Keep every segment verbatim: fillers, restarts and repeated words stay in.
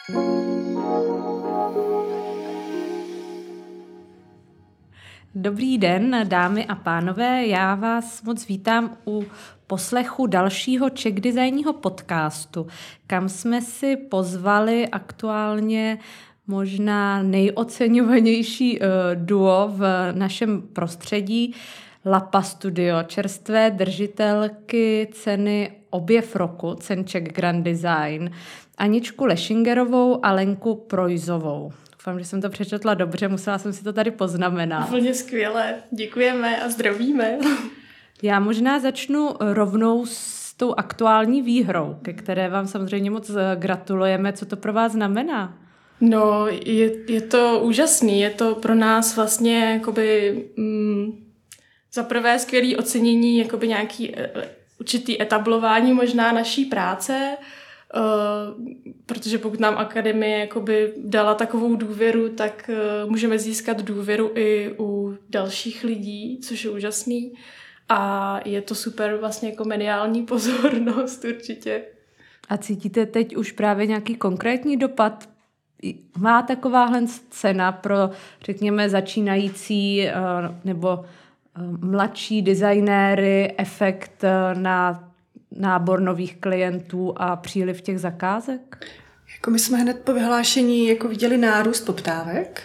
Dobrý den, dámy a pánové, já vás moc vítám u poslechu dalšího Czech Designního podcastu, kam jsme si pozvali aktuálně možná nejoceňovanější uh, duo v našem prostředí, Lapa Studio, čerstvé držitelky ceny Objev roku, cen Czech Grand Design, Aničku Lešingerovou a Lenku Projzovou. Doufám, že jsem to přečetla dobře, musela jsem si to tady poznamenat. Úplně skvěle, děkujeme a zdravíme. Já možná začnu rovnou s tou aktuální výhrou, ke které vám samozřejmě moc gratulujeme. Co to pro vás znamená? No, je, je to úžasný, je to pro nás vlastně jakoby mm, za prvé skvělý ocenění, jakoby nějaký e, určitý etablování možná naší práce, Uh, protože pokud nám akademie jakoby dala takovou důvěru, tak uh, můžeme získat důvěru i u dalších lidí, což je úžasný. A je to super vlastně jako mediální pozornost určitě. A cítíte teď už právě nějaký konkrétní dopad? Má takováhle cena pro, řekněme, začínající uh, nebo uh, mladší designéry efekt uh, na nábor nových klientů a příliv těch zakázek? Jako my jsme hned po vyhlášení jako viděli nárůst poptávek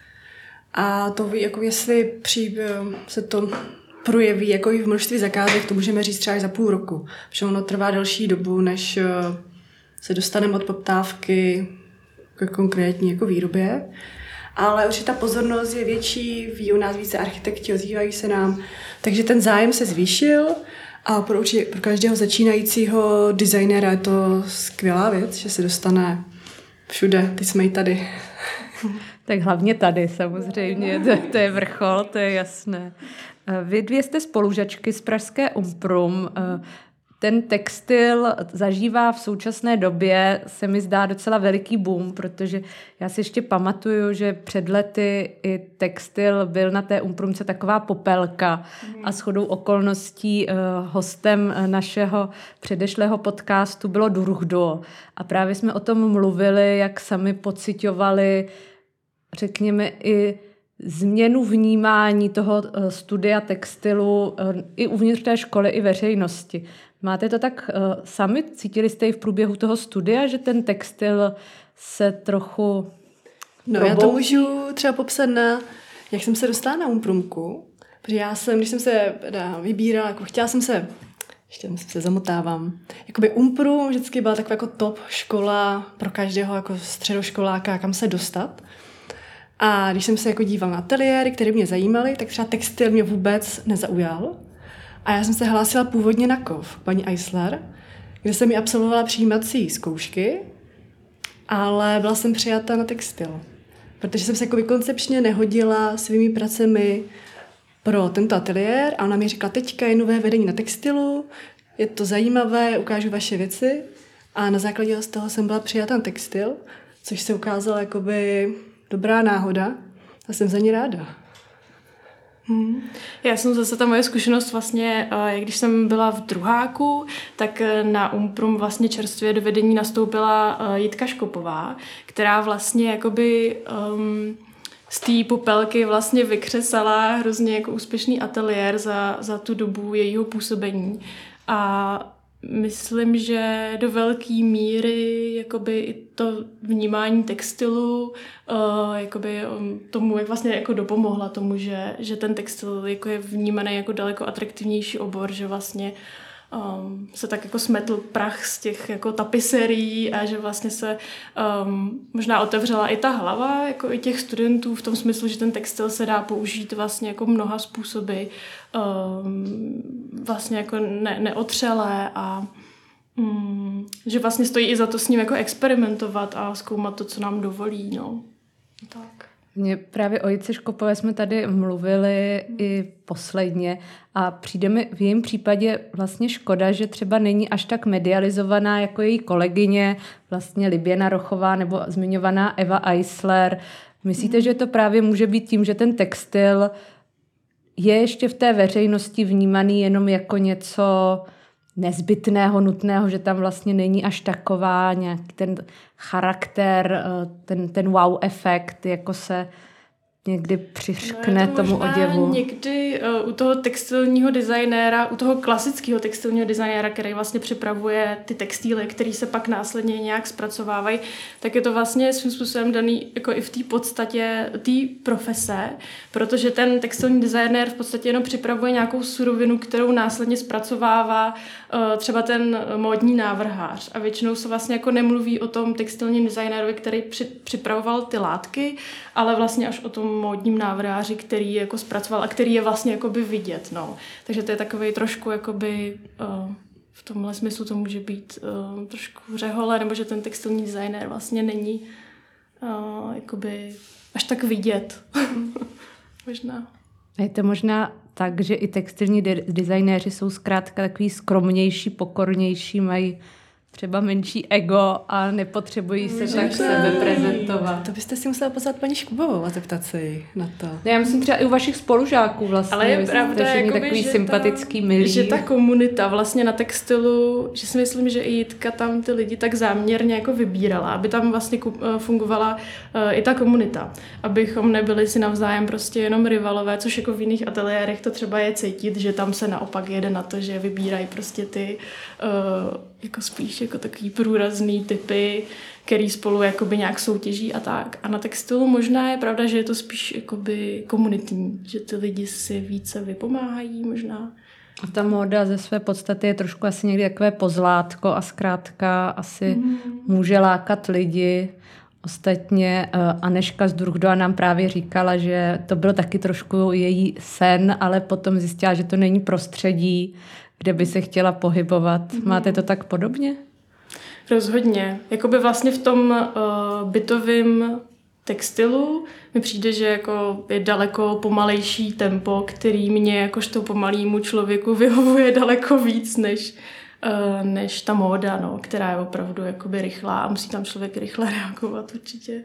a to jako jestli při, se to projeví jako i v množství zakázek, to můžeme říct třeba i za půl roku, protože ono trvá delší dobu, než se dostaneme od poptávky k konkrétní jako výrobě. Ale určitě ta pozornost je větší, ví u nás více architekti, ozývají se nám, takže ten zájem se zvýšil. A pro, pro každého začínajícího designéra je to skvělá věc, že se dostane všude. Teď jsme i tady. Tak hlavně tady samozřejmě, to, to je vrchol, to je jasné. Vy dvě jste spolužačky z pražské Umprum. Ten textil zažívá v současné době, se mi zdá, docela veliký boom, protože já si ještě pamatuju, že před lety i textil byl na té Umprumce taková popelka a shodou okolností hostem našeho předešlého podcastu bylo Durchduo. A právě jsme o tom mluvili, jak sami pociťovali, řekněme, i změnu vnímání toho studia textilu i uvnitř té školy, i veřejnosti. Máte to tak uh, sami? Cítili jste i v průběhu toho studia, že ten textil se trochu No probou... já to můžu třeba popsat na, jak jsem se dostala na Umprumku, protože já jsem, když jsem se da, vybírala, jako chtěla jsem se, ještě se zamotávám, jakoby Umprum vždycky byla taková jako top škola pro každého jako středoškoláka, kam se dostat. A když jsem se jako dívala na ateliéry, které mě zajímaly, tak třeba textil mě vůbec nezaujal. A já jsem se hlásila původně na kov, paní Eisler, kde jsem mi absolvovala přijímací zkoušky, ale byla jsem přijata na textil. Protože jsem se jako koncepčně nehodila svými pracemi pro tento ateliér a ona mi řekla, teďka je nové vedení na textilu, je to zajímavé, ukážu vaše věci a na základě z toho jsem byla přijata na textil, což se ukázalo jakoby dobrá náhoda a jsem za ní ráda. Hmm. Já jsem zase ta moje zkušenost vlastně, jak když jsem byla v druháku, tak na Umprum vlastně čerstvě do vedení nastoupila Jitka Škopová, která vlastně jakoby um, z té popelky vlastně vykřesala hrozně jako úspěšný ateliér za, za tu dobu jejího působení. A myslím, že do velké míry jakoby i to vnímání textilu uh, jakoby tomu jak vlastně jako dopomohla tomu, že, že ten textil jako je vnímaný jako daleko atraktivnější obor, že vlastně um, se tak jako smetl prach z těch jako tapiserií a že vlastně se um, možná otevřela i ta hlava jako i těch studentů v tom smyslu, že ten textil se dá použít vlastně jako mnoha způsoby, um, vlastně jako ne, neotřelé a um, že vlastně stojí i za to s ním jako experimentovat a zkoumat to, co nám dovolí, no. Tak. Mě právě o Jitce Škopové jsme tady mluvili i posledně a přijde mi v jejím případě vlastně škoda, že třeba není až tak medializovaná jako její kolegyně, vlastně Liběna Rochová nebo zmiňovaná Eva Eisler. Myslíte, že to právě může být tím, že ten textil je ještě v té veřejnosti vnímaný jenom jako něco nezbytného, nutného, že tam vlastně není až taková nějaký ten charakter, ten, ten wow efekt, jako se někdy přiřkne no to tomu oděvu. Někdy uh, u toho textilního designéra, u toho klasického textilního designéra, který vlastně připravuje ty textíly, který se pak následně nějak zpracovávají, tak je to vlastně svým způsobem daný jako i v té podstatě té profese, protože ten textilní designér v podstatě jenom připravuje nějakou surovinu, kterou následně zpracovává uh, třeba ten módní návrhář. A většinou se vlastně jako nemluví o tom textilním designérovi, který při, připravoval ty látky, ale vlastně až o tom módním návrháři, který je jako zpracoval a který je vlastně jakoby vidět, no. Takže to je takovej trošku jakoby uh, v tomhle smyslu to může být uh, trošku řehole, nebo že ten textilní designér vlastně není uh, jakoby až tak vidět. Možná. Je to možná tak, že i textilní de- designéři jsou zkrátka takový skromnější, pokornější, mají třeba menší ego a nepotřebují se tak sebe prezentovat. To byste si musela pozvat paní Škubovou a zeptat se jí na to. No já myslím třeba i u vašich spolužáků vlastně. Ale je pravda, jakoby, takový že sympatický, ta, milý. že ta komunita vlastně na textilu, že si myslím, že i Jitka tam ty lidi tak záměrně jako vybírala, aby tam vlastně fungovala uh, i ta komunita. Abychom nebyli si navzájem prostě jenom rivalové, což jako v jiných ateliérech to třeba je cítit, že tam se naopak jede na to, že vybírají prostě ty uh, jako spíš jako takový průrazný typy, který spolu jakoby nějak soutěží a tak. A na textilu možná je pravda, že je to spíš jakoby komunitní, že ty lidi si více vypomáhají možná. A ta móda ze své podstaty je trošku asi někdy takové pozlátko a zkrátka asi mm. může lákat lidi. Ostatně Anežka z Druhdoa nám právě říkala, že to byl taky trošku její sen, ale potom zjistila, že to není prostředí, kde by se chtěla pohybovat. Mm. Máte to tak podobně? Rozhodně. Jakoby vlastně v tom uh, bytovém textilu mi přijde, že jako je daleko pomalejší tempo, který mě jakožto pomalýmu člověku vyhovuje daleko víc než, uh, než ta móda, no, která je opravdu jakoby rychlá a musí tam člověk rychle reagovat určitě.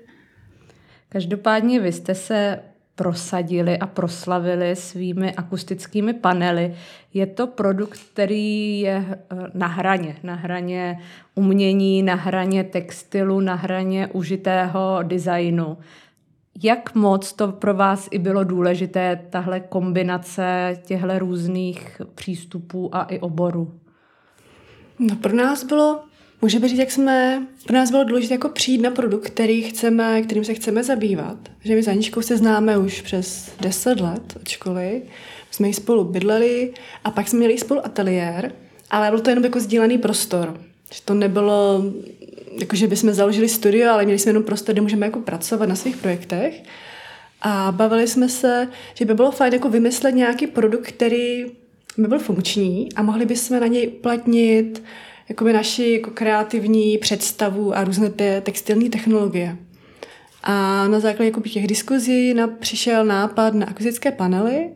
Každopádně vy jste se prosadili a proslavili svými akustickými panely. Je to produkt, který je na hraně, na hraně umění, na hraně textilu, na hraně užitého designu. Jak moc to pro vás i bylo důležité, tahle kombinace těchto různých přístupů a i oborů? No pro nás bylo, můžeme říct, jak jsme, pro nás bylo důležité jako přijít na produkt, který chceme, kterým se chceme zabývat. Že my s Aničkou se známe už přes deset let od školy, jsme ji spolu bydleli a pak jsme měli spolu ateliér, ale byl to jenom jako sdílený prostor. Že to nebylo, jako že bychom založili studio, ale měli jsme jenom prostor, kde můžeme jako pracovat na svých projektech. A bavili jsme se, že by bylo fajn jako vymyslet nějaký produkt, který by byl funkční a mohli bychom na něj uplatnit jakoby naši jako kreativní představu a různé te- textilní technologie. A na základě jakoby těch diskuzí na, přišel nápad na akustické panely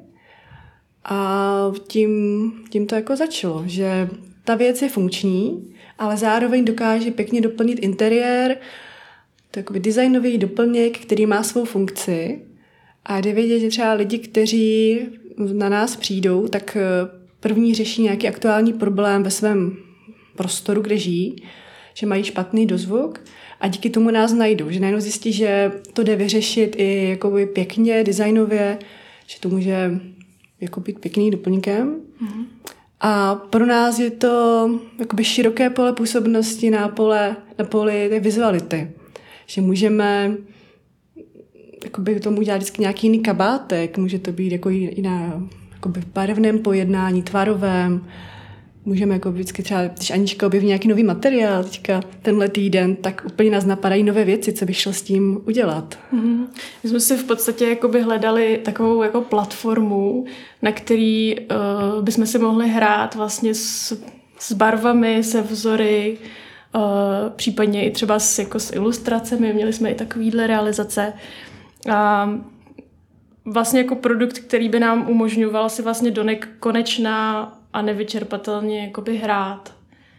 a tím, tím to jako začalo, že ta věc je funkční, ale zároveň dokáže pěkně doplnit interiér, to je jakoby designový doplněk, který má svou funkci a jde vědět, že třeba lidi, kteří na nás přijdou, tak první řeší nějaký aktuální problém ve svém prostoru, kde žijí, že mají špatný dozvuk a díky tomu nás najdou, že najednou zjistí, že to jde vyřešit i jakoby pěkně, designově, že to může jako být pěkný doplňkem. Mm-hmm. A pro nás je to jakoby široké pole působnosti na, pole, na poli té vizuality, že můžeme jakoby tomu udělat vždycky nějaký jiný kabátek, může to být jako jiná jakoby v barevném pojednání, tvarovém. Můžeme jako vždycky třeba, když Anička objeví nějaký nový materiál teďka tenhle týden, tak úplně nás napadají nové věci, co bych šel s tím udělat. Mm-hmm. My jsme si v podstatě jakoby hledali takovou jako platformu, na který uh, bychom si mohli hrát vlastně s, s barvami, se vzory, uh, případně i třeba s, jako s ilustracemi. Měli jsme i takovýhle realizace. A vlastně jako produkt, který by nám umožňoval si vlastně do nekonečna a nevyčerpatelně jakoby hrát.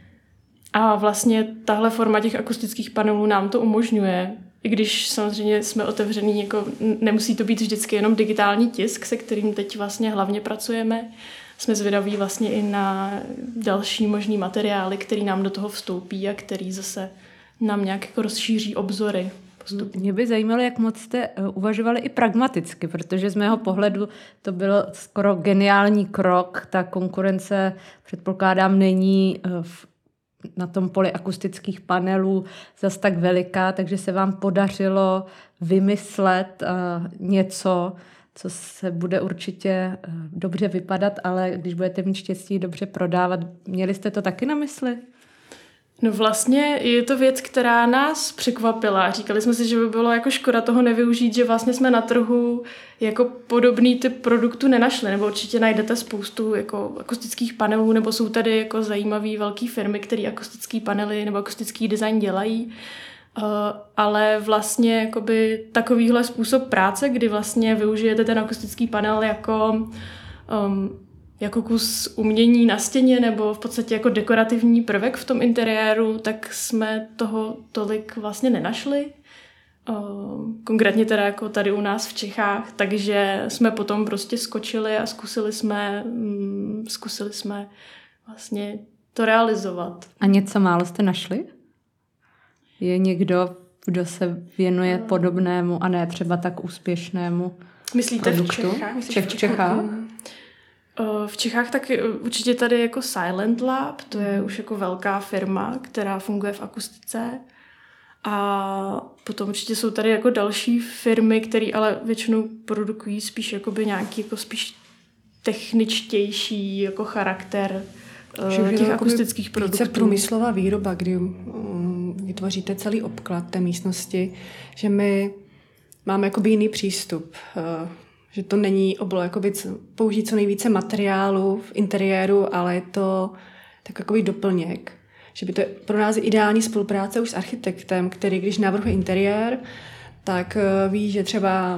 A vlastně tahle forma těch akustických panelů nám to umožňuje. I když samozřejmě jsme otevřený, jako nemusí to být vždycky jenom digitální tisk, se kterým teď vlastně hlavně pracujeme, jsme zvědaví vlastně i na další možný materiály, který nám do toho vstoupí a který zase nám nějak jako rozšíří obzory. Postupně. Mě by zajímalo, jak moc jste uvažovali i pragmaticky, protože z mého pohledu to byl skoro geniální krok. Ta konkurence, předpokládám, není v, na tom poli akustických panelů zas tak veliká, takže se vám podařilo vymyslet uh, něco, co se bude určitě uh, dobře vypadat, ale když budete mít štěstí dobře prodávat. Měli jste to taky na mysli? No vlastně je to věc, která nás překvapila. Říkali jsme si, že by bylo jako škoda toho nevyužít, že vlastně jsme na trhu jako podobný typ produktu nenašli, nebo určitě najdete spoustu jako akustických panelů, nebo jsou tady jako zajímavé velké firmy, které akustické panely nebo akustický design dělají. Uh, ale vlastně jakoby takovýhle způsob práce, kdy vlastně využijete ten akustický panel jako um, jako kus umění na stěně nebo v podstatě jako dekorativní prvek v tom interiéru, tak jsme toho tolik vlastně nenašli. Konkrétně teda jako tady u nás v Čechách, takže jsme potom prostě skočili a zkusili jsme, zkusili jsme vlastně to realizovat. A něco málo jste našli? Je někdo, kdo se věnuje podobnému a ne třeba tak úspěšnému Myslíte produktu? v Čechách? Myslíte v Čechách? V Čechách taky určitě tady jako Silent Lab, to je už jako velká firma, která funguje v akustice. A potom určitě jsou tady jako další firmy, které ale většinou produkují spíš jakoby nějaký jako spíš techničtější jako charakter uh, těch akustických produktů. Více průmyslová výroba, kdy um, vytvoříte celý obklad té místnosti, že my máme jakoby jiný přístup. Uh, že to není oblo jakoby použít co nejvíce materiálu v interiéru, ale je to takový doplněk. Že by to je pro nás ideální spolupráce už s architektem, který když navrhuje interiér, tak ví, že třeba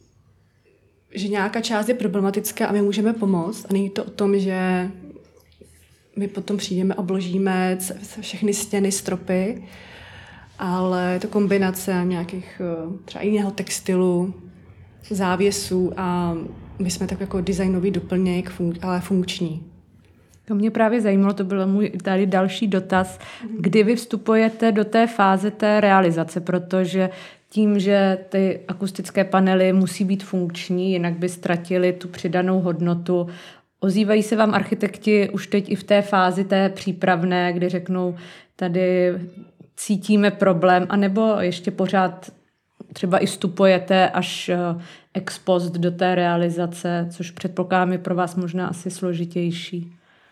že nějaká část je problematická a my můžeme pomoct. A není to o tom, že my potom přijdeme, obložíme všechny stěny, stropy, ale je to kombinace nějakých třeba jiného textilu, závěsů a my jsme tak jako designový doplněk, fun- ale funkční. To mě právě zajímalo, to byl můj tady další dotaz, kdy vy vstupujete do té fáze té realizace, protože tím, že ty akustické panely musí být funkční, jinak by ztratili tu přidanou hodnotu. Ozývají se vám architekti už teď i v té fázi té přípravné, kdy řeknou, tady cítíme problém, anebo ještě pořád třeba i vstupujete až ex post do té realizace, což předpokládám je pro vás možná asi složitější.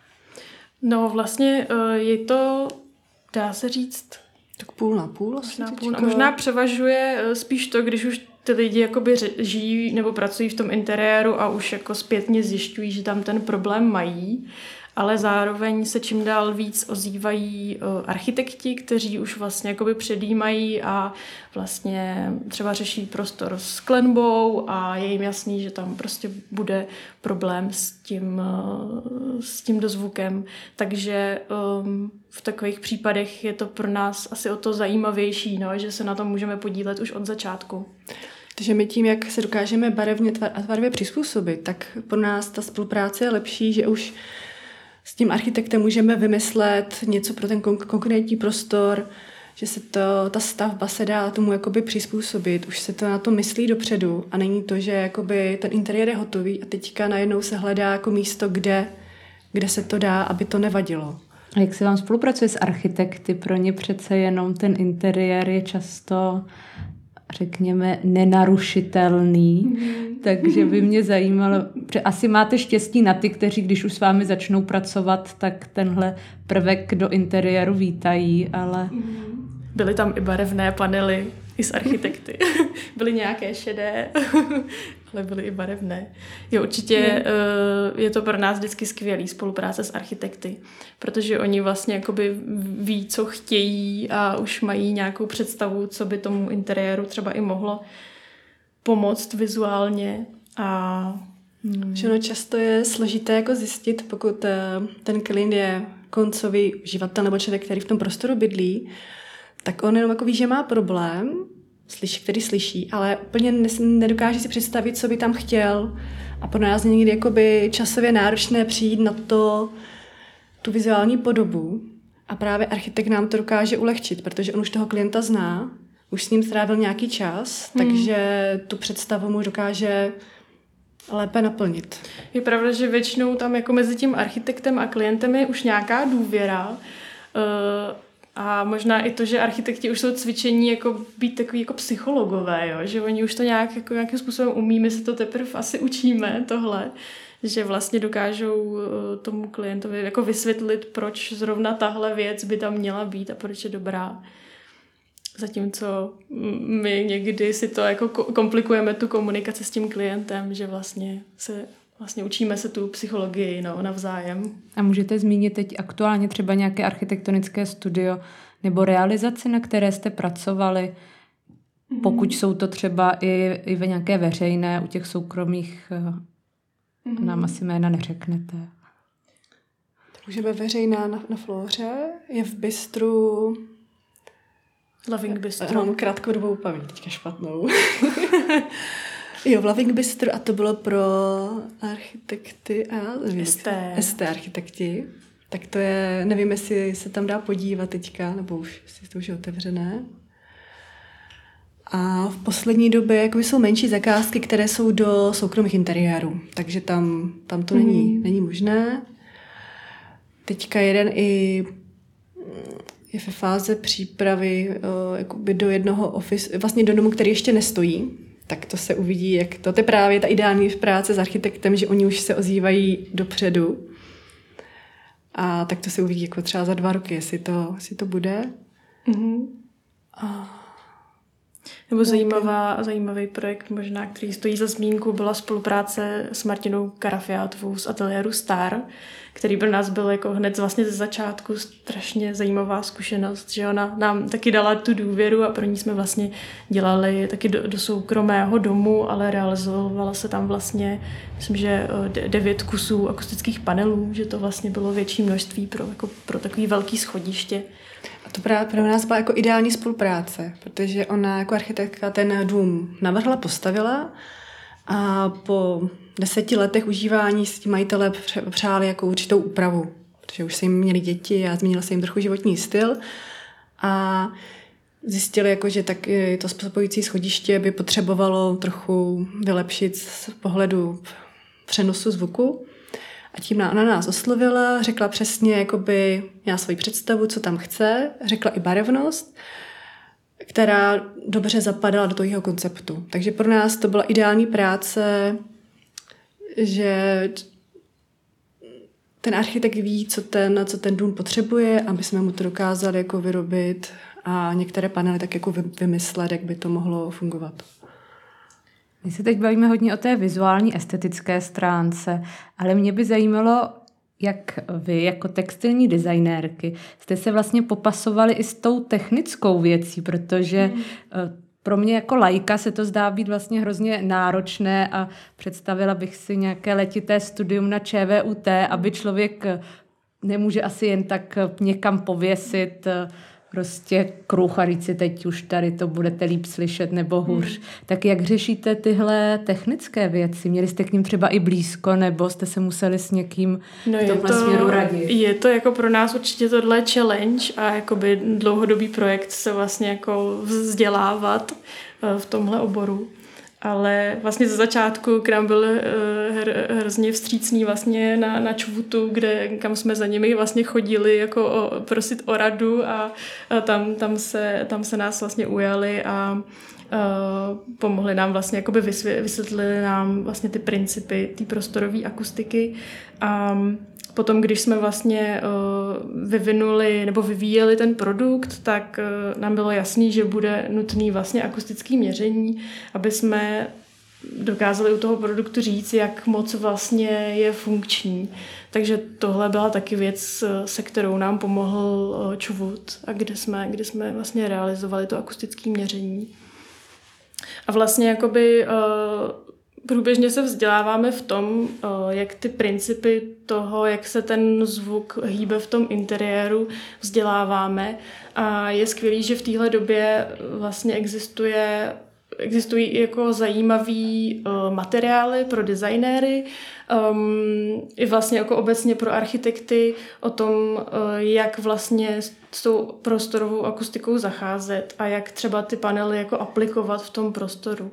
No vlastně je to, dá se říct, tak půl na půl. Možná, půl na, možná převažuje spíš to, když už ty lidi jakoby žijí nebo pracují v tom interiéru a už jako zpětně zjišťují, že tam ten problém mají, ale zároveň se čím dál víc ozývají architekti, kteří už vlastně jakoby předjímají a vlastně třeba řeší prostor s klenbou a je jim jasný, že tam prostě bude problém s tím, s tím dozvukem. Takže um, v takových případech je to pro nás asi o to zajímavější, no, že se na tom můžeme podílet už od začátku. Takže my tím, jak se dokážeme barevně a tvarově přizpůsobit, tak pro nás ta spolupráce je lepší, že už s tím architektem můžeme vymyslet něco pro ten kon- konkrétní prostor, že se to, ta stavba se dá tomu jakoby přizpůsobit. Už se to na to myslí dopředu a není to, že jakoby ten interiér je hotový a teďka najednou se hledá jako místo, kde, kde se to dá, aby to nevadilo. A jak se vám spolupracuje s architekty? Pro ně přece jenom ten interiér je často, řekněme, nenarušitelný. Mm. Takže by mě zajímalo, že asi máte štěstí na ty, kteří, když už s vámi začnou pracovat, tak tenhle prvek do interiéru vítají, ale... Byly tam i barevné panely, i s architekty. Byly nějaké šedé, ale byly i barevné. Jo, určitě mm. je to pro nás vždycky skvělý spolupráce s architekty, protože oni vlastně jakoby ví, co chtějí a už mají nějakou představu, co by tomu interiéru třeba i mohlo pomoct vizuálně. A hmm. Že ono často je složité jako zjistit, pokud ten klient je koncový uživatel nebo člověk, který v tom prostoru bydlí, tak on jenom jako ví, že má problém, slyší, který slyší, ale úplně nedokáže si představit, co by tam chtěl. A pro nás je někdy jakoby časově náročné přijít na to, tu vizuální podobu. A právě architekt nám to dokáže ulehčit, protože on už toho klienta zná, už s ním strávil nějaký čas, hmm. takže tu představu mu dokáže lépe naplnit. Je pravda, že většinou tam jako mezi tím architektem a klientem je už nějaká důvěra uh, a možná i to, že architekti už jsou cvičení jako být takový jako psychologové, jo? Že oni už to nějak, jako nějakým způsobem umí, my se to teprve asi učíme tohle, že vlastně dokážou tomu klientovi jako vysvětlit, proč zrovna tahle věc by tam měla být a proč je dobrá. Zatímco my někdy si to jako komplikujeme tu komunikaci s tím klientem, že vlastně se vlastně učíme se tu psychologii no, navzájem. A můžete zmínit teď aktuálně třeba nějaké architektonické studio nebo realizaci, na které jste pracovali, mm-hmm. pokud jsou to třeba i, i ve nějaké veřejné, u těch soukromých mm-hmm. nám asi jména neřeknete. Můžeme veřejná na, na Flóře, je v Bystru. Loving Bistro. Mám krátkodobou paměť, teďka špatnou. Jo, v Loving Bistro a to bylo pro architekty a S T. S T architekti. Tak to je, nevím, jestli se tam dá podívat teďka, nebo už, jestli to už je otevřené. A v poslední době jako jsou menší zakázky, které jsou do soukromých interiérů, takže tam, tam to mm. není, není možné. Teďka jeden i je ve fáze přípravy uh, jakoby do jednoho office, vlastně do domu, který ještě nestojí, tak to se uvidí, jak to, to je právě ta ideální práce s architektem, že oni už se ozývají dopředu. A tak to se uvidí jako třeba za dva roky, jestli to, jestli to bude. Mm-hmm. A... Nebo zajímavá, zajímavý projekt možná, který stojí za zmínku, byla spolupráce s Martinou Karafiátovou z ateliéru Star, který pro nás byl jako hned vlastně ze začátku strašně zajímavá zkušenost, že ona nám taky dala tu důvěru a pro ní jsme vlastně dělali taky do, do soukromého domu, ale realizovala se tam vlastně, myslím, že devět kusů akustických panelů, že to vlastně bylo větší množství pro, jako pro takový velký schodiště. A to právě pro nás byla jako ideální spolupráce, protože ona jako architektka ten dům navrhla, postavila a po deseti letech užívání s tím majitelé přáli jako určitou úpravu, protože už se jim měli děti a změnil se jim trochu životní styl a zjistili, jako, že tak to spojující schodiště by potřebovalo trochu vylepšit z pohledu přenosu zvuku. A tím ona nás oslovila, řekla přesně, jakoby měla svoji představu, co tam chce, řekla i barevnost, která dobře zapadala do toho jeho konceptu. Takže pro nás to byla ideální práce, že ten architekt ví, co ten, co ten dům potřebuje, aby jsme mu to dokázali jako vyrobit a některé panely tak jako vymyslet, jak by to mohlo fungovat. My se teď bavíme hodně o té vizuální estetické stránce, ale mě by zajímalo, jak vy jako textilní designérky jste se vlastně popasovali i s tou technickou věcí, protože mm. pro mě jako laika se to zdá být vlastně hrozně náročné a představila bych si nějaké letité studium na ČVUT, aby člověk nemůže asi jen tak někam pověsit prostě kruh a říct si, teď už tady to budete líp slyšet nebo hůř. Hmm. Tak jak řešíte tyhle technické věci? Měli jste k ním třeba i blízko, nebo jste se museli s někým no v tomhle směru radit? Je to jako pro nás určitě tohle challenge a jakoby dlouhodobý projekt se vlastně jako vzdělávat v tomhle oboru. Ale vlastně ze začátku k nám byl hr, hrozně vstřícný vlastně na, na ČVUTu, kde, kam jsme za nimi vlastně chodili jako o, prosit o radu a, a tam, tam, se, tam se nás vlastně ujali a, a pomohli nám vlastně, jakoby vysvě, vysvětlili nám vlastně ty principy té prostorové akustiky a potom, když jsme vlastně uh, vyvinuli nebo vyvíjeli ten produkt, tak uh, nám bylo jasný, že bude nutný vlastně akustické měření, aby jsme dokázali u toho produktu říct, jak moc vlastně je funkční. Takže tohle byla taky věc, se kterou nám pomohl uh, ČVUT a kde jsme, kde jsme vlastně realizovali to akustické měření. A vlastně jakoby uh, průběžně se vzděláváme v tom, jak ty principy toho, jak se ten zvuk hýbe v tom interiéru, vzděláváme. A je skvělý, že v téhle době vlastně existuje Existují i jako zajímavý uh, materiály pro designéry, um, i vlastně jako obecně pro architekty o tom, uh, jak vlastně s tou prostorovou akustikou zacházet a jak třeba ty panely jako aplikovat v tom prostoru.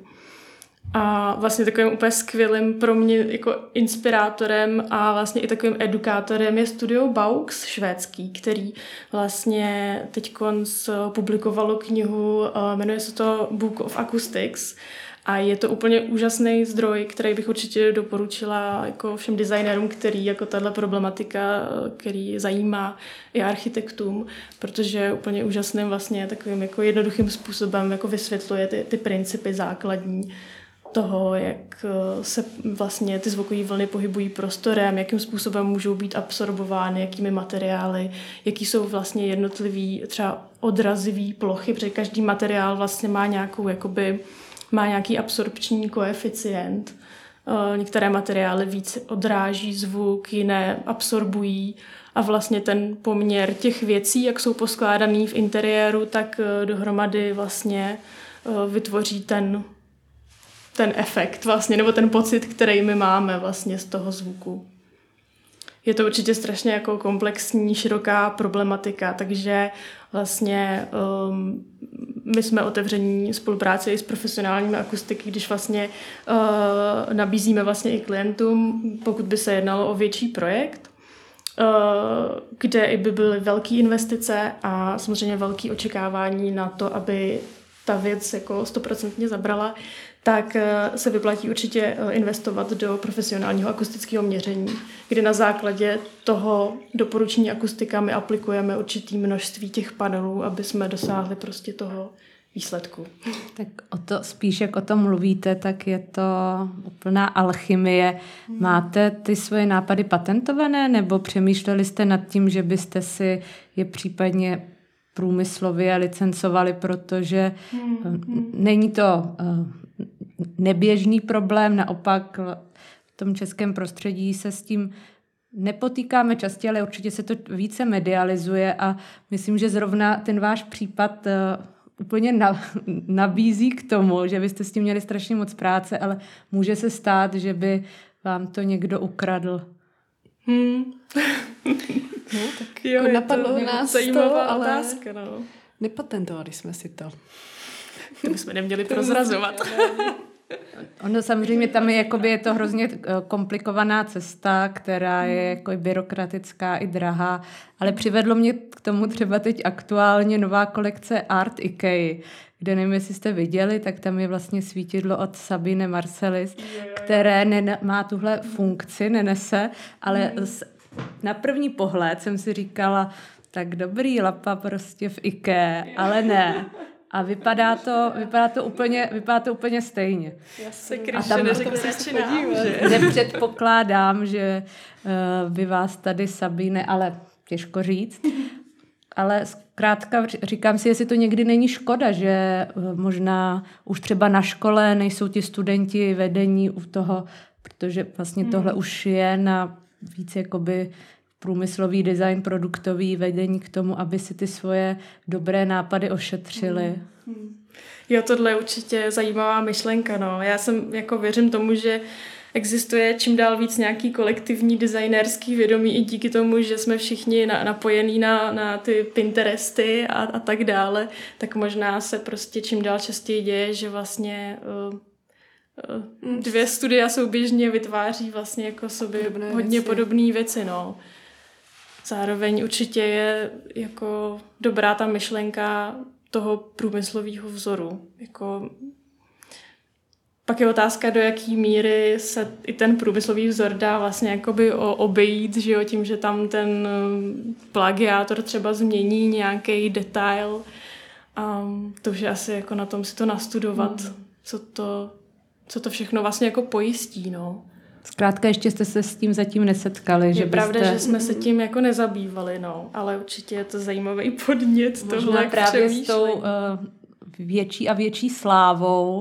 A vlastně takovým úplně skvělým pro mě jako inspirátorem a vlastně i takovým edukátorem je studio Baux švédský, který vlastně teďkonc publikovalo knihu, jmenuje se to Book of Acoustics a je to úplně úžasný zdroj, který bych určitě doporučila jako všem designérům, který jako tahle problematika, který zajímá i architektům, protože je úplně úžasným vlastně takovým jako jednoduchým způsobem jako vysvětluje ty, ty principy základní toho, jak se vlastně ty zvukové vlny pohybují prostorem, jakým způsobem můžou být absorbovány, jakými materiály, jaký jsou vlastně jednotlivý třeba odrazivý plochy, protože každý materiál vlastně má nějakou, jakoby, má nějaký absorpční koeficient. Některé materiály víc odráží zvuk, jiné absorbují a vlastně ten poměr těch věcí, jak jsou poskládaný v interiéru, tak dohromady vlastně vytvoří ten ten efekt vlastně, nebo ten pocit, který my máme vlastně z toho zvuku. Je to určitě strašně jako komplexní, široká problematika, takže vlastně um, my jsme otevření spolupráci i s profesionálními akustiky, když vlastně uh, nabízíme vlastně i klientům, pokud by se jednalo o větší projekt, uh, kde i by byly velké investice a samozřejmě velké očekávání na to, aby ta věc jako stoprocentně zabrala, tak se vyplatí určitě investovat do profesionálního akustického měření, kdy na základě toho doporučení akustika my aplikujeme určitý množství těch panelů, aby jsme dosáhli prostě toho výsledku. Tak o to, spíš jak o tom mluvíte, tak je to úplná alchymie. Máte ty svoje nápady patentované, nebo přemýšleli jste nad tím, že byste si je případně průmyslově licencovali, protože hmm. není to neběžný problém, naopak v tom českém prostředí se s tím nepotýkáme častěji, ale určitě se to více medializuje a myslím, že zrovna ten váš případ úplně nabízí k tomu, že byste s tím měli strašně moc práce, ale může se stát, že by vám to někdo ukradl. Hmm. No, tak jo, jako napadlo to nás to, ale otázka, no. Nepatentovali jsme si to. To bychom neměli prozrazovat. Ono samozřejmě tam je, jakoby, je to hrozně komplikovaná cesta, která je jako byrokratická i drahá, ale přivedlo mě k tomu třeba teď aktuálně nová kolekce Art IKEA, kde nevím, jestli jste viděli, tak tam je vlastně svítidlo od Sabine Marcelis, které ne, má tuhle funkci, nenese, ale z, na první pohled jsem si říkala, tak dobrý, lapa prostě v IKEA, ale ne. A vypadá to, vypadá to, úplně, vypadá to úplně stejně. Já se kryště neřekl začínám, že? Nepředpokládám, že uh, by vás tady Sabine, ale těžko říct. Ale zkrátka říkám si, jestli to někdy není škoda, že uh, možná už třeba na škole nejsou ti studenti vedení u toho, protože vlastně tohle hmm. už je na víc jakoby průmyslový design, produktový vedení k tomu, aby si ty svoje dobré nápady ošetřili. Jo, tohle je určitě zajímavá myšlenka. No. Já jsem jako věřím tomu, že existuje čím dál víc nějaký kolektivní designérský vědomí i díky tomu, že jsme všichni na, napojení na, na ty Pinteresty a, a tak dále, tak možná se prostě čím dál častěji děje, že vlastně uh, uh, dvě studia souběžně vytváří vlastně jako sobě podobné hodně věci. podobné věci, no. Zároveň určitě je jako dobrá ta myšlenka toho průmyslového vzoru. Jako pak je otázka, do jaký míry se i ten průmyslový vzor dá vlastně jakoby obejít, že jo, tím, že tam ten plagiátor třeba změní nějaký detail. Um, to už je asi jako na tom si to nastudovat, mm. co to, co to všechno vlastně jako pojistí, no. Zkrátka ještě jste se s tím zatím nesetkali. Je že pravda, byste... že jsme se tím jako nezabývali, no, ale určitě je to zajímavý podnět. Možná právě s tou uh, větší a větší slávou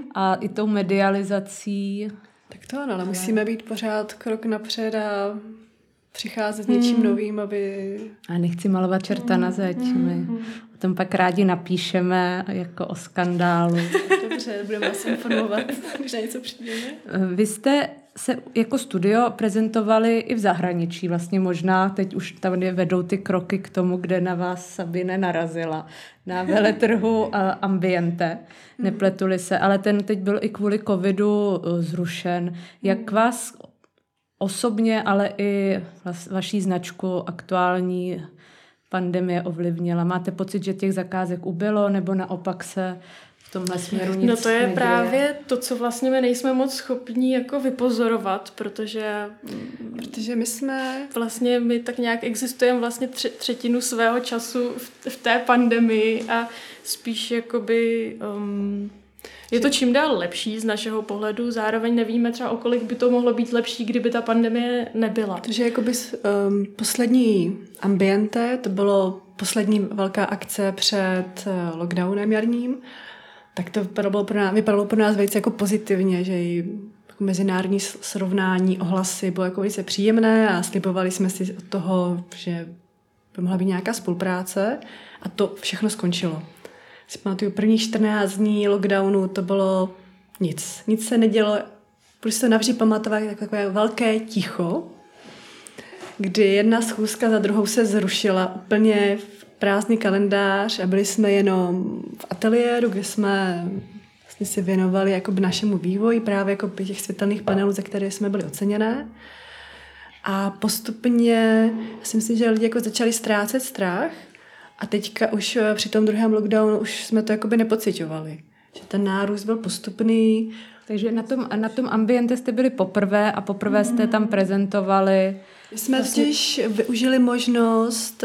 a i tou medializací. Tak to ano, ale musíme být pořád krok napřed a přicházet s něčím hmm. novým, aby... A nechci malovat čerta hmm. na zeď. My o tom pak rádi napíšeme jako o skandálu. Dobře, budeme vás informovat, když na něco přijdeme. Vy jste se jako studio prezentovali i v zahraničí. Vlastně možná teď už tam vedou ty kroky k tomu, kde na vás Sabine narazila. Na veletrhu Ambiente. Nepletuli se, ale ten teď byl i kvůli covidu zrušen. Jak vás osobně, ale i vaší značku aktuální pandemie ovlivnila? Máte pocit, že těch zakázek ubylo, nebo naopak se v tomhle směru nic No to je neděje? právě to, co vlastně my nejsme moc schopní jako vypozorovat, protože protože my jsme vlastně my tak nějak existujeme vlastně tři, třetinu svého času v, v té pandemii a spíš jakoby um, je to čím dál lepší z našeho pohledu, zároveň nevíme třeba, o kolik by to mohlo být lepší, kdyby ta pandemie nebyla. Takže jakoby um, poslední Ambiente, to bylo poslední velká akce před uh, lockdownem jarním, tak to vypadalo pro nás, vypadalo pro nás velice jako pozitivně, že i jako mezinárodní srovnání, ohlasy bylo jako velice příjemné a slibovali jsme si od toho, že by mohla být nějaká spolupráce a to všechno skončilo. Si pamatuju, prvních čtrnáct dní lockdownu to bylo nic. Nic se nedělo. Budu si to navždy pamatovat jako takové velké ticho, kdy jedna schůzka za druhou se zrušila, úplně prázdný kalendář a byli jsme jenom v ateliéru, kde jsme vlastně si věnovali jakoby našemu vývoji, právě jako těch světelných panelů, za které jsme byli oceněné. A postupně si myslím, že lidi jako začali ztrácet strach a teďka už při tom druhém lockdownu už jsme to jakoby nepociťovali. Že ten nárůst byl postupný. Takže na tom, na tom Ambiente jste byli poprvé a poprvé jste tam prezentovali. My jsme vlastně totiž využili možnost,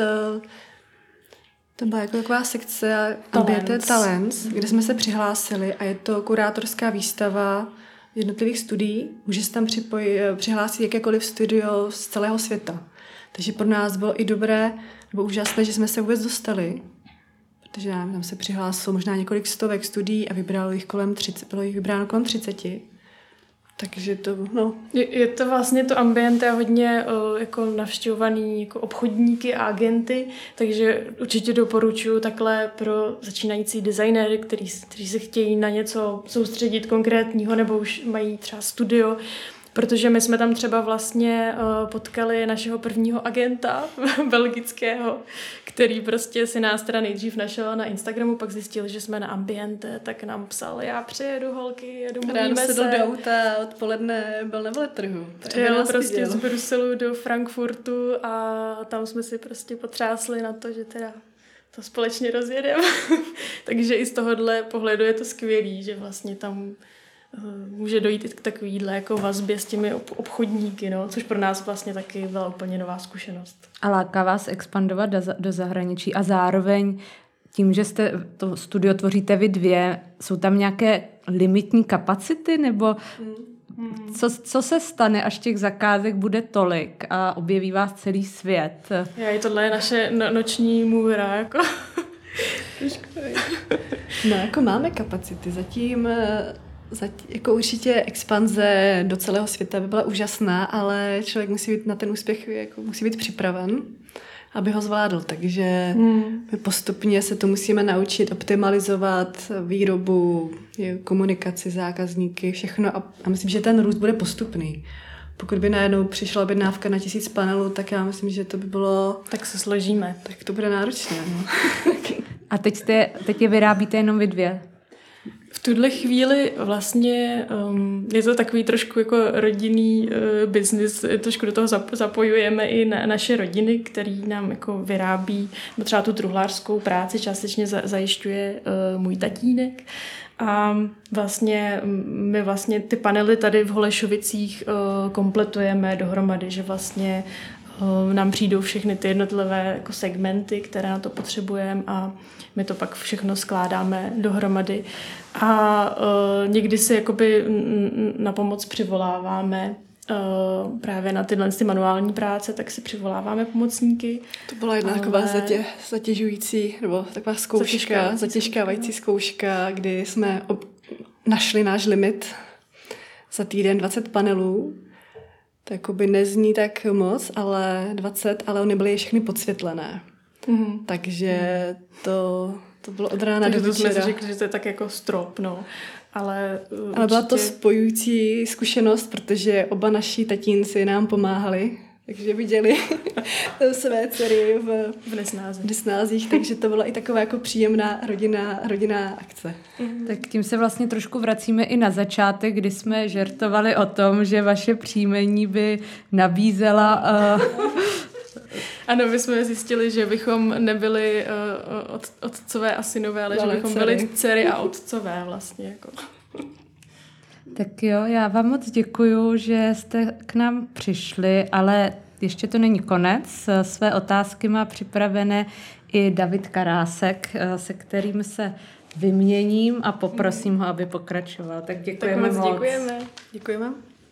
to byla jako taková sekce Ambiente Talents, kde jsme se přihlásili a je to kurátorská výstava jednotlivých studií. Může se tam připoj, přihlásit jakékoliv studio z celého světa. Takže pro nás bylo i dobré nebo úžasné, že jsme se vůbec dostali, protože tam se přihlásilo možná několik stovek studií a vybralo jich kolem třicet, bylo jich vybráno kolem třiceti. Takže to, no. Je, je to vlastně to Ambiente hodně uh, jako navštěvovaný jako obchodníky a agenty, takže určitě doporučuji takhle pro začínající designéry, který, kteří se chtějí na něco soustředit konkrétního nebo už mají třeba studio, protože my jsme tam třeba vlastně uh, potkali našeho prvního agenta belgického, který prostě si nás teda nejdřív našel na Instagramu, pak zjistil, že jsme na Ambiente, tak nám psal, já přijedu holky, domluvíme se. Ráno se do auta, odpoledne byl na veletrhu. Přijel prostě viděl. Z Bruselu do Frankfurtu a tam jsme si prostě potřásli na to, že teda to společně rozjedeme. Takže i z tohohle pohledu je to skvělý, že vlastně tam může dojít k takovýhle jako vazbě s těmi obchodníky, no, což pro nás vlastně taky byla úplně nová zkušenost. A láká vás expandovat do, do zahraničí a zároveň tím, že jste to studio tvoříte vy dvě, jsou tam nějaké limitní kapacity nebo hmm. co, co se stane, až těch zakázek bude tolik a objeví vás celý svět? Já, tohle je naše no, noční můra, jako... No, jako máme kapacity, zatím... Jako určitě expanze do celého světa by byla úžasná, ale člověk musí být na ten úspěch, jako musí být připraven, aby ho zvládl. Takže hmm. my postupně se to musíme naučit optimalizovat výrobu, komunikaci, zákazníky, všechno. A, a myslím, že ten růst bude postupný. Pokud by najednou přišla objednávka na tisíc panelů, tak já myslím, že to by bylo... Tak se složíme. Tak to bude náročné. No. A teď, jste, teď je vyrábíte jenom vy dvě? V tuhle chvíli vlastně um, je to takový trošku jako rodinný uh, biznis, trošku do toho zapojujeme i na, naše rodiny, který nám jako vyrábí, třeba tu truhlářskou práci částečně za, zajišťuje uh, můj tatínek. A vlastně my vlastně ty panely tady v Holešovicích uh, kompletujeme dohromady, že vlastně uh, nám přijdou všechny ty jednotlivé jako segmenty, které na to potřebujeme a my to pak všechno skládáme dohromady. A uh, někdy si jakoby na pomoc přivoláváme uh, právě na tyhle ty manuální práce, tak si přivoláváme pomocníky. To byla jedna ale... taková zatě, zatěžující, nebo taková zkouška, zatěžkávající zkouška, kdy jsme ob, našli náš limit za týden dvacet panelů. To jakoby nezní tak moc, ale dvacet, ale oni byly všechny podsvětlené. Mm-hmm. Takže to, to bylo od rána do večera. Takže to jsme si řekli, že to je tak jako strop, no. Ale, určitě... ale byla to spojující zkušenost, protože oba naši tatínci nám pomáhali, takže viděli své dcery v, v nesnázích. v nesnázích, takže to byla i taková jako příjemná rodinná, rodinná akce. Mm. Tak tím se vlastně trošku vracíme i na začátek, kdy jsme žertovali o tom, že vaše příjmení by nabízela... Uh... Ano, my jsme zjistili, že bychom nebyli uh, od, otcové a synové, ale, ale že bychom dcery. byli dcery a otcové vlastně. Jako. Tak jo, já vám moc děkuju, že jste k nám přišli, ale ještě to není konec. Své otázky má připravené i David Karásek, se kterým se vyměním a poprosím ho, aby pokračoval. Tak děkujeme tak moc. Děkujeme. Děkujeme.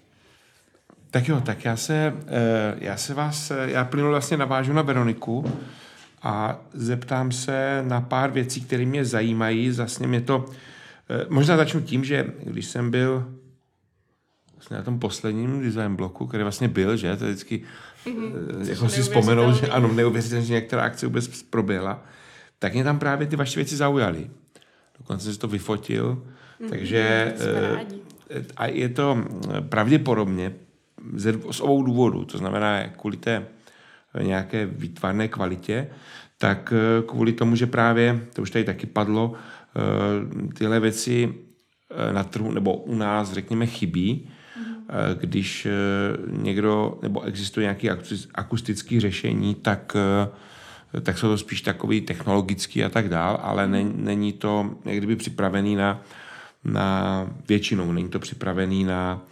Tak jo, tak já se, já se vás, já plynul vlastně navážu na Veroniku a zeptám se na pár věcí, které mě zajímají. Vlastně mě to, možná začnu tím, že když jsem byl vlastně na tom posledním design bloku, který vlastně byl, že, to je vždycky, mm-hmm. jako si vzpomenou, že ano, neuvěřitelně, že některá akce vůbec proběhla, tak mě tam právě ty vaše věci zaujaly. Dokonce jsem si to vyfotil, mm-hmm. takže a je to pravděpodobně z, z obou důvodů, to znamená kvůli té nějaké výtvarné kvalitě, tak kvůli tomu, že právě, to už tady taky padlo, tyhle věci na trhu, nebo u nás, řekněme, chybí, mm. když někdo, nebo existuje nějaké akustické řešení, tak, tak jsou to spíš takový technologický a tak dál, ale ne, není to jak kdyby připravený na, na většinou, není to připravený na,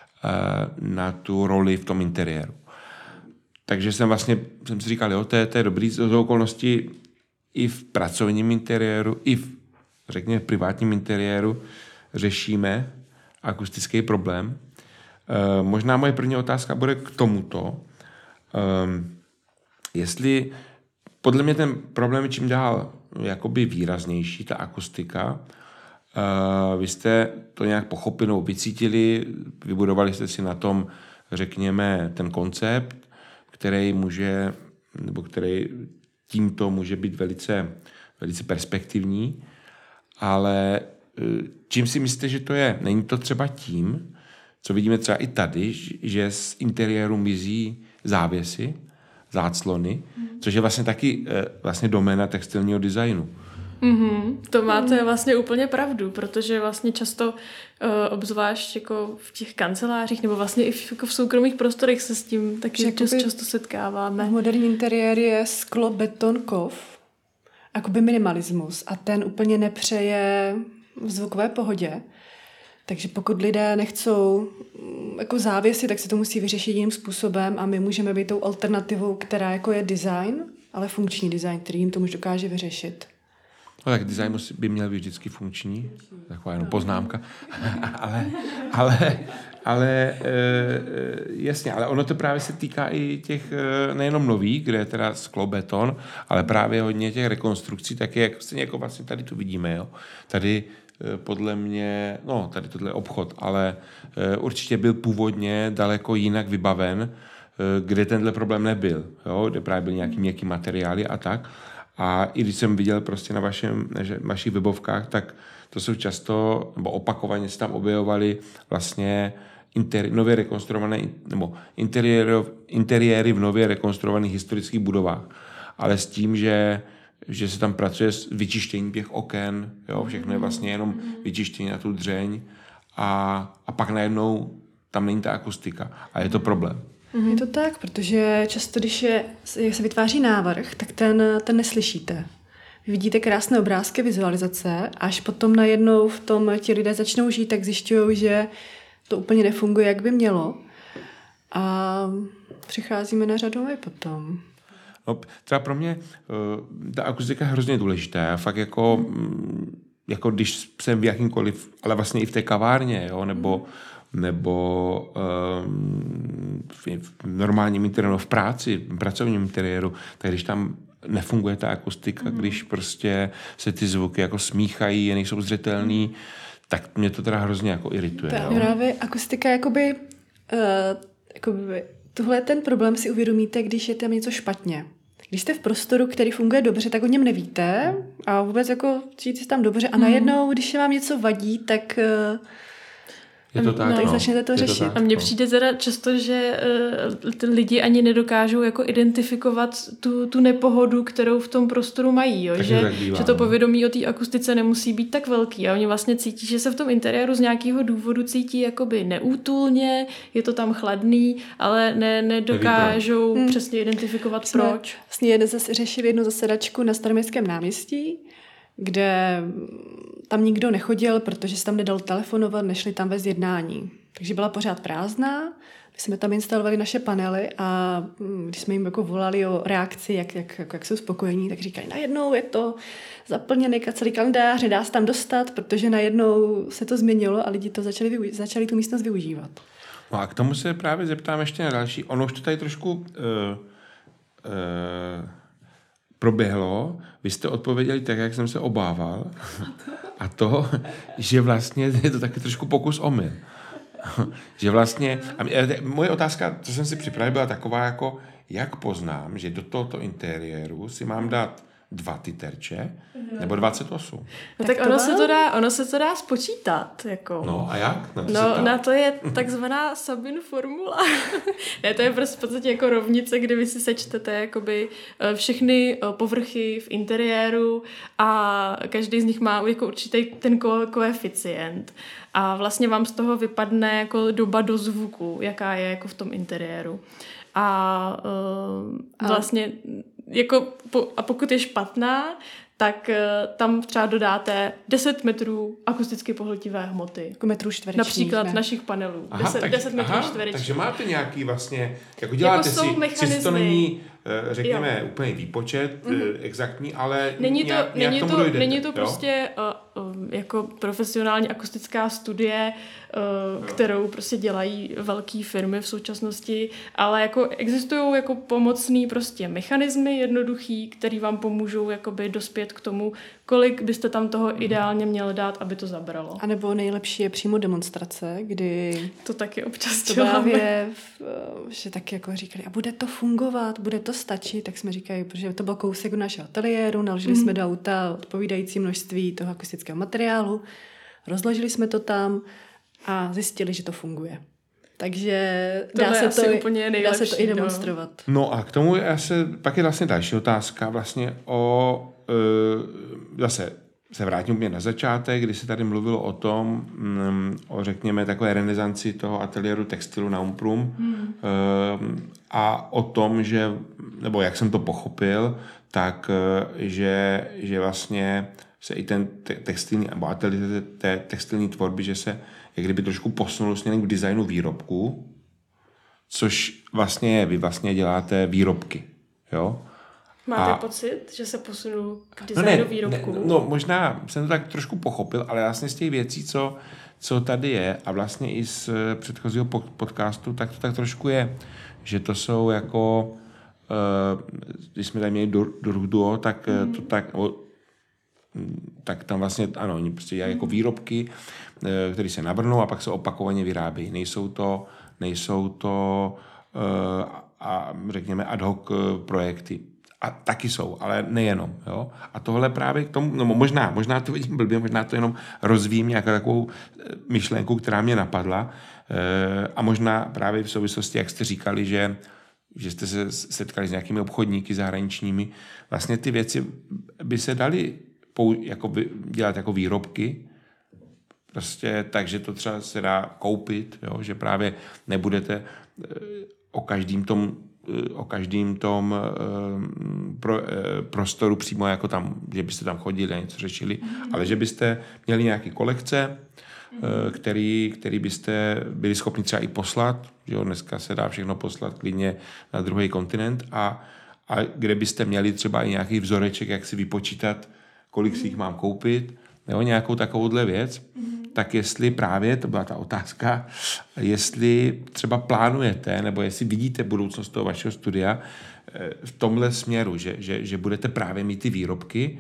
na tu roli v tom interiéru. Takže jsem vlastně, jsem si říkal, jo, to je, to je dobrý, z okolnosti i v pracovním interiéru, i v, řekněme, privátním interiéru řešíme akustický problém. E, možná moje první otázka bude k tomuto. E, jestli, podle mě ten problém je čím dál jakoby výraznější, ta akustika. E, vy jste to nějak pochopili, nebo vycítili, vybudovali jste si na tom, řekněme, ten koncept, který může, nebo který tímto může být velice, velice perspektivní, ale čím si myslíte, že to je? Není to třeba tím, co vidíme třeba i tady, že z interiéru mizí závěsy, záclony, mm. což je vlastně taky vlastně doména textilního designu. Mm-hmm. To máte vlastně úplně pravdu, protože vlastně často, uh, obzvlášť jako v těch kancelářích nebo vlastně i v, jako v soukromých prostorech se s tím taky dost často setkáváme. Moderní interiér je sklo, beton, kov, jakoby minimalismus a ten úplně nepřeje v zvukové pohodě. Takže pokud lidé nechcou jako závěsy, tak se to musí vyřešit jiným způsobem a my můžeme být tou alternativou, která jako je design, ale funkční design, který jim to už dokáže vyřešit. No tak design by měl být vždycky funkční, taková jenom poznámka, ale, ale, ale jasně, ale ono to právě se týká i těch nejenom nových, kde je teda sklo, beton, ale právě hodně těch rekonstrukcí, taky jak, jako vlastně tady tu vidíme, jo. Tady podle mě, no tady tohle je obchod, ale určitě byl původně daleko jinak vybaven, kde tenhle problém nebyl, jo, kde právě byly nějaký měkký materiály a tak. A i když jsem viděl prostě na vašem, vašich webovkách, tak to jsou často, nebo opakovaně se tam objevovaly vlastně interi- nově rekonstruované, nebo interiéry v nově rekonstruovaných historických budovách. Ale s tím, že, že se tam pracuje s vyčištěním těch oken, jo, všechno je vlastně jenom vyčištění na tu dřeň a, a pak najednou tam není ta akustika a je to problém. Mm-hmm. Je to tak, protože často, když je, se vytváří návrh, tak ten, ten neslyšíte. Vy vidíte krásné obrázky, vizualizace, až potom najednou v tom ti lidé začnou žít, tak zjišťují, že to úplně nefunguje, jak by mělo. A přicházíme na řadu i potom. No, třeba pro mě ta akustika je hrozně důležitá. Fakt jako, mm. jako když jsem v jakýmkoliv, ale vlastně i v té kavárně, jo, nebo mm. nebo um, v, v normálním interiéru, v práci, v pracovním interiéru, tak když tam nefunguje ta akustika, mm. když prostě se ty zvuky jako smíchají, nejsou zřetelný, tak mě to teda hrozně jako irituje. Ta, jo? právě akustika, jakoby, uh, jakoby, tohle ten problém si uvědomíte, když je tam něco špatně. Když jste v prostoru, který funguje dobře, tak o něm nevíte a vůbec jako cítíte se tam dobře a najednou, když vám něco vadí, tak... Uh, Je to tak, no, tak no. začnete to Je řešit. tak, A mně no. přijde teda často, že uh, ty lidi ani nedokážou jako identifikovat tu, tu nepohodu, kterou v tom prostoru mají. Jo? Takže Že, tak bývá, že to no. povědomí o té akustice nemusí být tak velký. A oni vlastně cítí, že se v tom interiéru z nějakého důvodu cítí jakoby neútulně, je to tam chladný, ale ne, nedokážou Hmm. přesně identifikovat Jsme proč. Vlastně jeden zase řešili jednu zasedačku na Staroměstském náměstí, kde tam nikdo nechodil, protože se tam nedal telefonovat, nešli tam vést jednání. Takže byla pořád prázdná. My jsme tam instalovali naše panely a když jsme jim jako volali o reakci, jak, jak, jak, jak jsou spokojení, tak říkali, najednou je to zaplněný celý kalendář, nedá se tam dostat, protože najednou se to změnilo a lidi to začali, využ- začali tu místnost využívat. No a k tomu se právě zeptám ještě na další. Ono už to tady trošku uh, uh, proběhlo. Vy jste odpověděli tak, jak jsem se obával. A to, že vlastně je to taky trošku pokus omyl. Že vlastně, a mě, moje otázka, co jsem si připravil, byla taková jako, jak poznám, že do tohoto interiéru si mám dát dva ty terče, nebo dvacet osm. No Tak tak to ono má? se to dá, ono se to dá spočítat. Jako. No a jak? Na to se No, ptám. na to je takzvaná Sabin formula. Ne, to je prostě v podstatě jako rovnice, kde vy si sečtete jakoby eh, všechny eh, povrchy v interiéru a každý z nich má jako určitý ten ko- koeficient. A vlastně vám z toho vypadne jako doba do zvuku, jaká je jako v tom interiéru. A uh, vlastně jako po, a pokud je špatná, tak uh, tam třeba dodáte deset metrů akusticky pohltivé hmoty. Jako metrů čtverečních. Například ne? našich panelů. Aha, deset, tak, deset metrů aha, čtverečních. takže máte nějaký vlastně, jako děláte Jako jsou si, mechanismy. sice to není, eh, řekněme, Jo. úplně výpočet, mm-hmm. exaktní, ale Není to, nějak, není, nějak tomu to, dojdete, není to jo? prostě uh, um, jako profesionální akustická studie, uh, kterou prostě dělají velké firmy v současnosti, ale jako existují jako pomocný prostě mechanismy jednoduchý, který vám pomůžou jakoby dospět k tomu, kolik byste tam toho ideálně měli dát, aby to zabralo. A nebo nejlepší je přímo demonstrace, kdy To taky občas to děláme. právě, v- že tak jako říkali, a bude to fungovat, bude to stačit, tak jsme říkali, protože to byl kousek do našeho ateliéru, naložili mm. jsme do auta odpovídající množství toho akustického materiálu, rozložili jsme to tam a zjistili, že to funguje. Takže dá Tohle je se, asi to, i- úplně dá nejlepší, se to i no. demonstrovat. No a k tomu je se, pak je vlastně další otázka vlastně o, e, zase se vrátím úplně na začátek, kdy se tady mluvilo o tom, mm, o řekněme takové renesanci toho ateliéru textilu na Umprum hmm. e, a o tom, že, nebo jak jsem to pochopil, tak, e, že, že vlastně se i ten te- textilní, nebo ateliér té textilní tvorby, že se jak kdyby trošku posunul směrem k designu výrobků, což vlastně je, vy vlastně děláte výrobky, jo? Máte A- pocit, že se posunu k No, designu ne, výrobků? ne, no možná jsem to tak trošku pochopil, ale vlastně z těch věcí, co, co tady je a vlastně i z předchozího po- podcastu, tak to tak trošku je, že to jsou jako, uh, když jsme tady měli do, do duo, tak mm. to tak, o, tak tam vlastně, ano, oni prostě dělají jako výrobky, eh, které se navrhnou a pak se opakovaně vyrábějí. Nejsou to, nejsou to uh, a řekněme ad hoc projekty. A taky jsou, ale nejenom. Jo? A tohle právě k tomu, no možná, možná to vidím blbě, možná to jenom rozvíjím nějakou takovou myšlenku, která mě napadla. E, a možná právě v souvislosti, jak jste říkali, že, že jste se setkali s nějakými obchodníky zahraničními, vlastně ty věci by se daly pou, jako by, dělat jako výrobky, prostě takže to třeba se dá koupit, jo? Že právě nebudete e, o každým tom o každém tom uh, pro, uh, prostoru přímo jako tam, že byste tam chodili a něco řešili, mm. ale že byste měli nějaké kolekce, mm. uh, který, který byste byli schopni třeba i poslat, že jo, dneska se dá všechno poslat klidně na druhý kontinent a, a kde byste měli třeba i nějaký vzoreček, jak si vypočítat, kolik mm. si jich mám koupit, jo, nějakou takovouhle věc, mm. tak jestli právě, to byla ta otázka, jestli třeba plánujete, nebo jestli vidíte budoucnost toho vašeho studia v tomhle směru, že, že, že budete právě mít ty výrobky,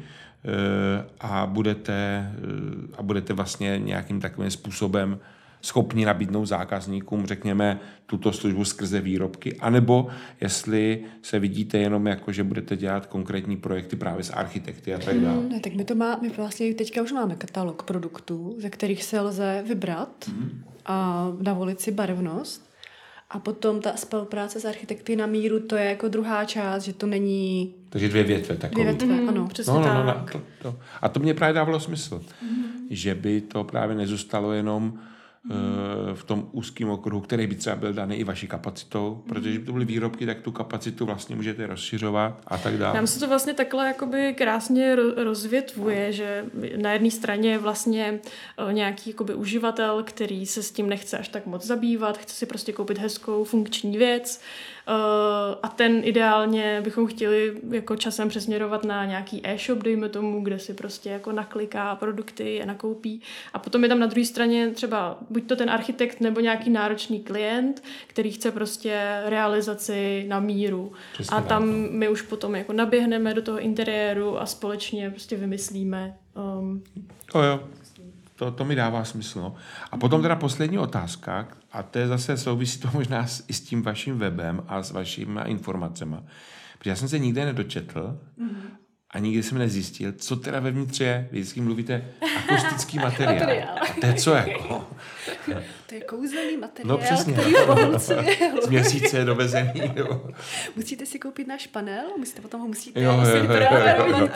a budete, a budete vlastně nějakým takovým způsobem schopni nabídnout zákazníkům, řekněme, tuto službu skrze výrobky, anebo jestli se vidíte jenom jako, že budete dělat konkrétní projekty právě s architekty a tak dále. Hmm, ne, tak my to má, my vlastně teďka už máme katalog produktů, ze kterých se lze vybrat hmm. a navolit si barevnost. A potom ta spolupráce s architekty na míru, to je jako druhá část, že to není... Takže dvě větve takové. Dvě větve, mm, ano. Přesně no, no, tak. No, no, to, to. A to mě právě dávalo smysl, mm. že by to právě nezůstalo jenom mm. uh, v tom úzkém okruhu, který by třeba byl daný i vaší kapacitou, mm. protože by to byly výrobky, tak tu kapacitu vlastně můžete rozšiřovat a tak dále. Nám se to vlastně takhle jakoby krásně rozvětvuje, že na jedné straně je vlastně nějaký jakoby uživatel, který se s tím nechce až tak moc zabývat, chce si prostě koupit hezkou funkční věc, a ten ideálně bychom chtěli jako časem přesměrovat na nějaký e-shop, dejme tomu, kde si prostě jako nakliká produkty a nakoupí. A potom je tam na druhé straně třeba buď to ten architekt nebo nějaký náročný klient, který chce prostě realizaci na míru. Přesně a tam tak. My už potom jako naběhneme do toho interiéru a společně prostě vymyslíme. Um, jo, jo. To, to mi dává smysl. No. A potom teda poslední otázka, a to je zase souvisí to možná s, i s tím vaším webem a s vašimi informacemi. Protože já jsem se nikde nedočetl mm-hmm. a nikdy jsem nezjistil, co teda vevnitř je. Vy vždycky mluvíte akustický materiál. materiál. A to je co jako? To je kouzelný materiál, no, přesně, který pohlcuje. Z měsíce dovezený. Jo. Musíte si koupit náš panel, musíte potom ho musíte. Jo, jo, jo, jo, jo, jo.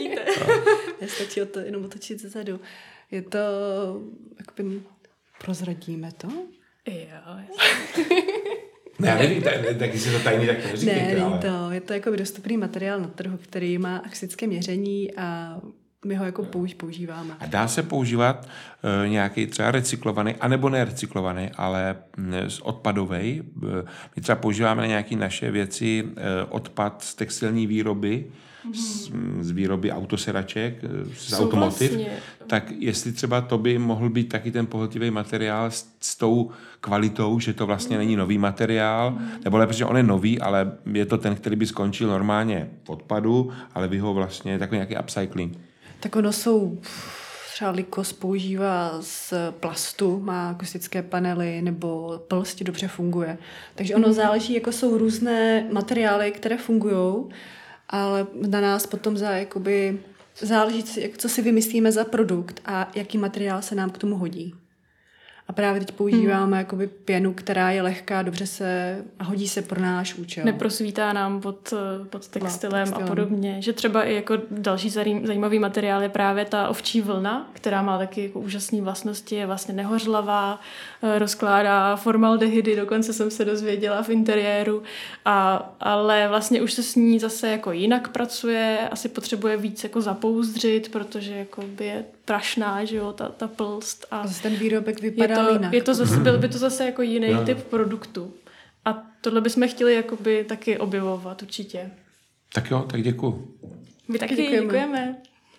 Nestačí to jenom otočit zezadu. Je to, jakoby, prozradíme to? Jo, ne, já nevím, tak, tak jestli to tajný, tak to neříkejte. Ne, není ale... to. Je to jako dostupný materiál na trhu, který má akustické měření a my ho jako použ- používáme. A dá se používat e, nějaký třeba recyklovaný, anebo nerecyklovaný, ale m, odpadový. My třeba používáme na nějaké naše věci e, odpad z textilní výroby, mm-hmm. z, z výroby autosedaček, z automotiv. Vlastně. Tak jestli třeba to by mohl být taky ten pohltivý materiál s, s tou kvalitou, že to vlastně mm. není nový materiál, mm. nebo lepší, že on je nový, ale je to ten, který by skončil normálně v odpadu, ale vy ho vlastně takový nějaký upcycling. Tak ono jsou, třeba Likos používá z plastu, má akustické panely, nebo plst dobře funguje. Takže ono záleží, jako jsou různé materiály, které fungují, ale na nás potom za, jakoby, záleží, co si vymyslíme za produkt a jaký materiál se nám k tomu hodí. A právě teď používáme hmm. jakoby pěnu, která je lehká, dobře se a hodí se pro náš účel. Neprosvítá nám pod, pod textilem, textilem a podobně. Že třeba i jako další zajímavý materiál je právě ta ovčí vlna, která má taky jako úžasné vlastnosti, je vlastně nehořlavá, rozkládá formaldehydy, dokonce jsem se dozvěděla v interiéru, a, ale vlastně už se s ní zase jako jinak pracuje, asi potřebuje víc jako zapouzdřit, protože jako by je prašná, že jo, ta, ta plst. A zase ten výrobek vypadá to, jinak. Je to zase, byl by to zase jako jiný no. typ produktu. A tohle bychom chtěli jakoby taky objevovat určitě. Tak jo, tak děkuju. My taky děkujeme. děkujeme.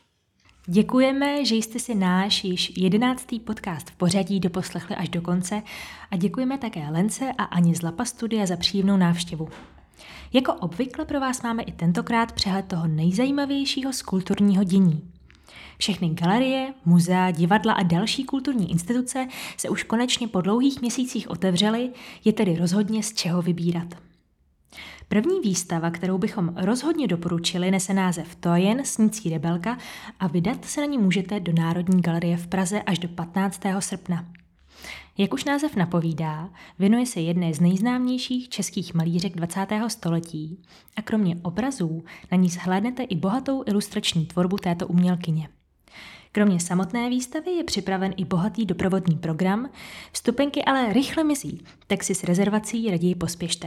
Děkujeme, že jste si náš již jedenáctý podcast v pořadí doposlechli až do konce a děkujeme také Lence a Ani z Lapa Studia za příjemnou návštěvu. Jako obvykle pro vás máme i tentokrát přehled toho nejzajímavějšího z kulturního dění. Všechny galerie, muzea, divadla a další kulturní instituce se už konečně po dlouhých měsících otevřely, je tedy rozhodně z čeho vybírat. První výstava, kterou bychom rozhodně doporučili, nese název To jen snící rebelka a vydat se na ní můžete do Národní galerie v Praze až do patnáctého srpna. Jak už název napovídá, věnuje se jedné z nejznámějších českých malířek dvacátého století a kromě obrazů na ní shlédnete i bohatou ilustrační tvorbu této umělkyně. Kromě samotné výstavy je připraven i bohatý doprovodný program, vstupenky ale rychle mizí, tak si s rezervací raději pospěšte.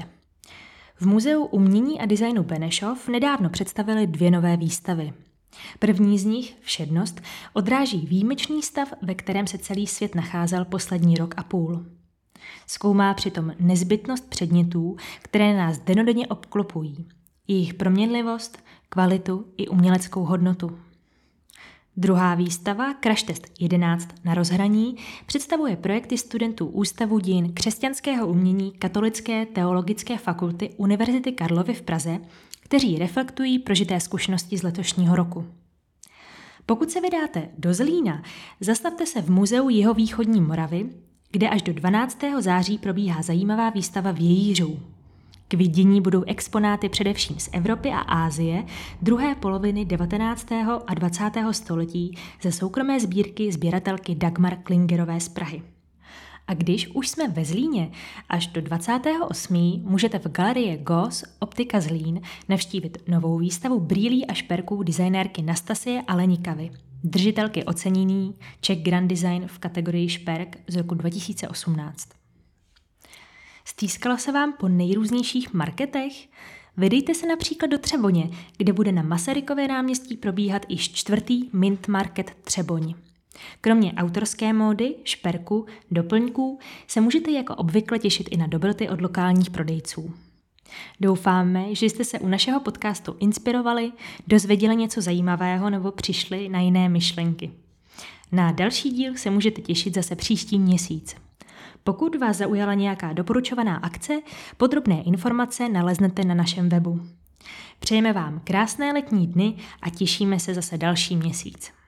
V Muzeu umění a designu Benešov nedávno představili dvě nové výstavy. První z nich, Všednost, odráží výjimečný stav, ve kterém se celý svět nacházel poslední rok a půl. Zkoumá přitom nezbytnost předmětů, které nás dennodenně obklopují, jejich proměnlivost, kvalitu i uměleckou hodnotu. Druhá výstava, Crash Test jedenáct na rozhraní, představuje projekty studentů Ústavu dějin křesťanského umění Katolické teologické fakulty Univerzity Karlovy v Praze, kteří reflektují prožité zkušenosti z letošního roku. Pokud se vydáte do Zlína, zastavte se v Muzeu Jihovýchodní Moravy, kde až do dvanáctého září probíhá zajímavá výstava vějířů. K vidění budou exponáty především z Evropy a Asie druhé poloviny devatenáctého a dvacátého století ze soukromé sbírky sběratelky Dagmar Klingerové z Prahy. A když už jsme ve Zlíně, až do dvacátého osmého můžete v galerii Goss Optika Zlín navštívit novou výstavu brýlí a šperků designérky Nastasie Alenikavy, držitelky ocenění Czech Grand Design v kategorii šperk z roku dva tisíce osmnáct. Stýskalo se vám po nejrůznějších marketech? Vydejte se například do Třeboně, kde bude na Masarykově náměstí probíhat již čtvrtý Mint Market Třeboň. Kromě autorské módy, šperku, doplňků se můžete jako obvykle těšit i na dobroty od lokálních prodejců. Doufáme, že jste se u našeho podcastu inspirovali, dozvěděli něco zajímavého nebo přišli na jiné myšlenky. Na další díl se můžete těšit zase příští měsíc. Pokud vás zaujala nějaká doporučovaná akce, podrobné informace naleznete na našem webu. Přejeme vám krásné letní dny a těšíme se zase další měsíc.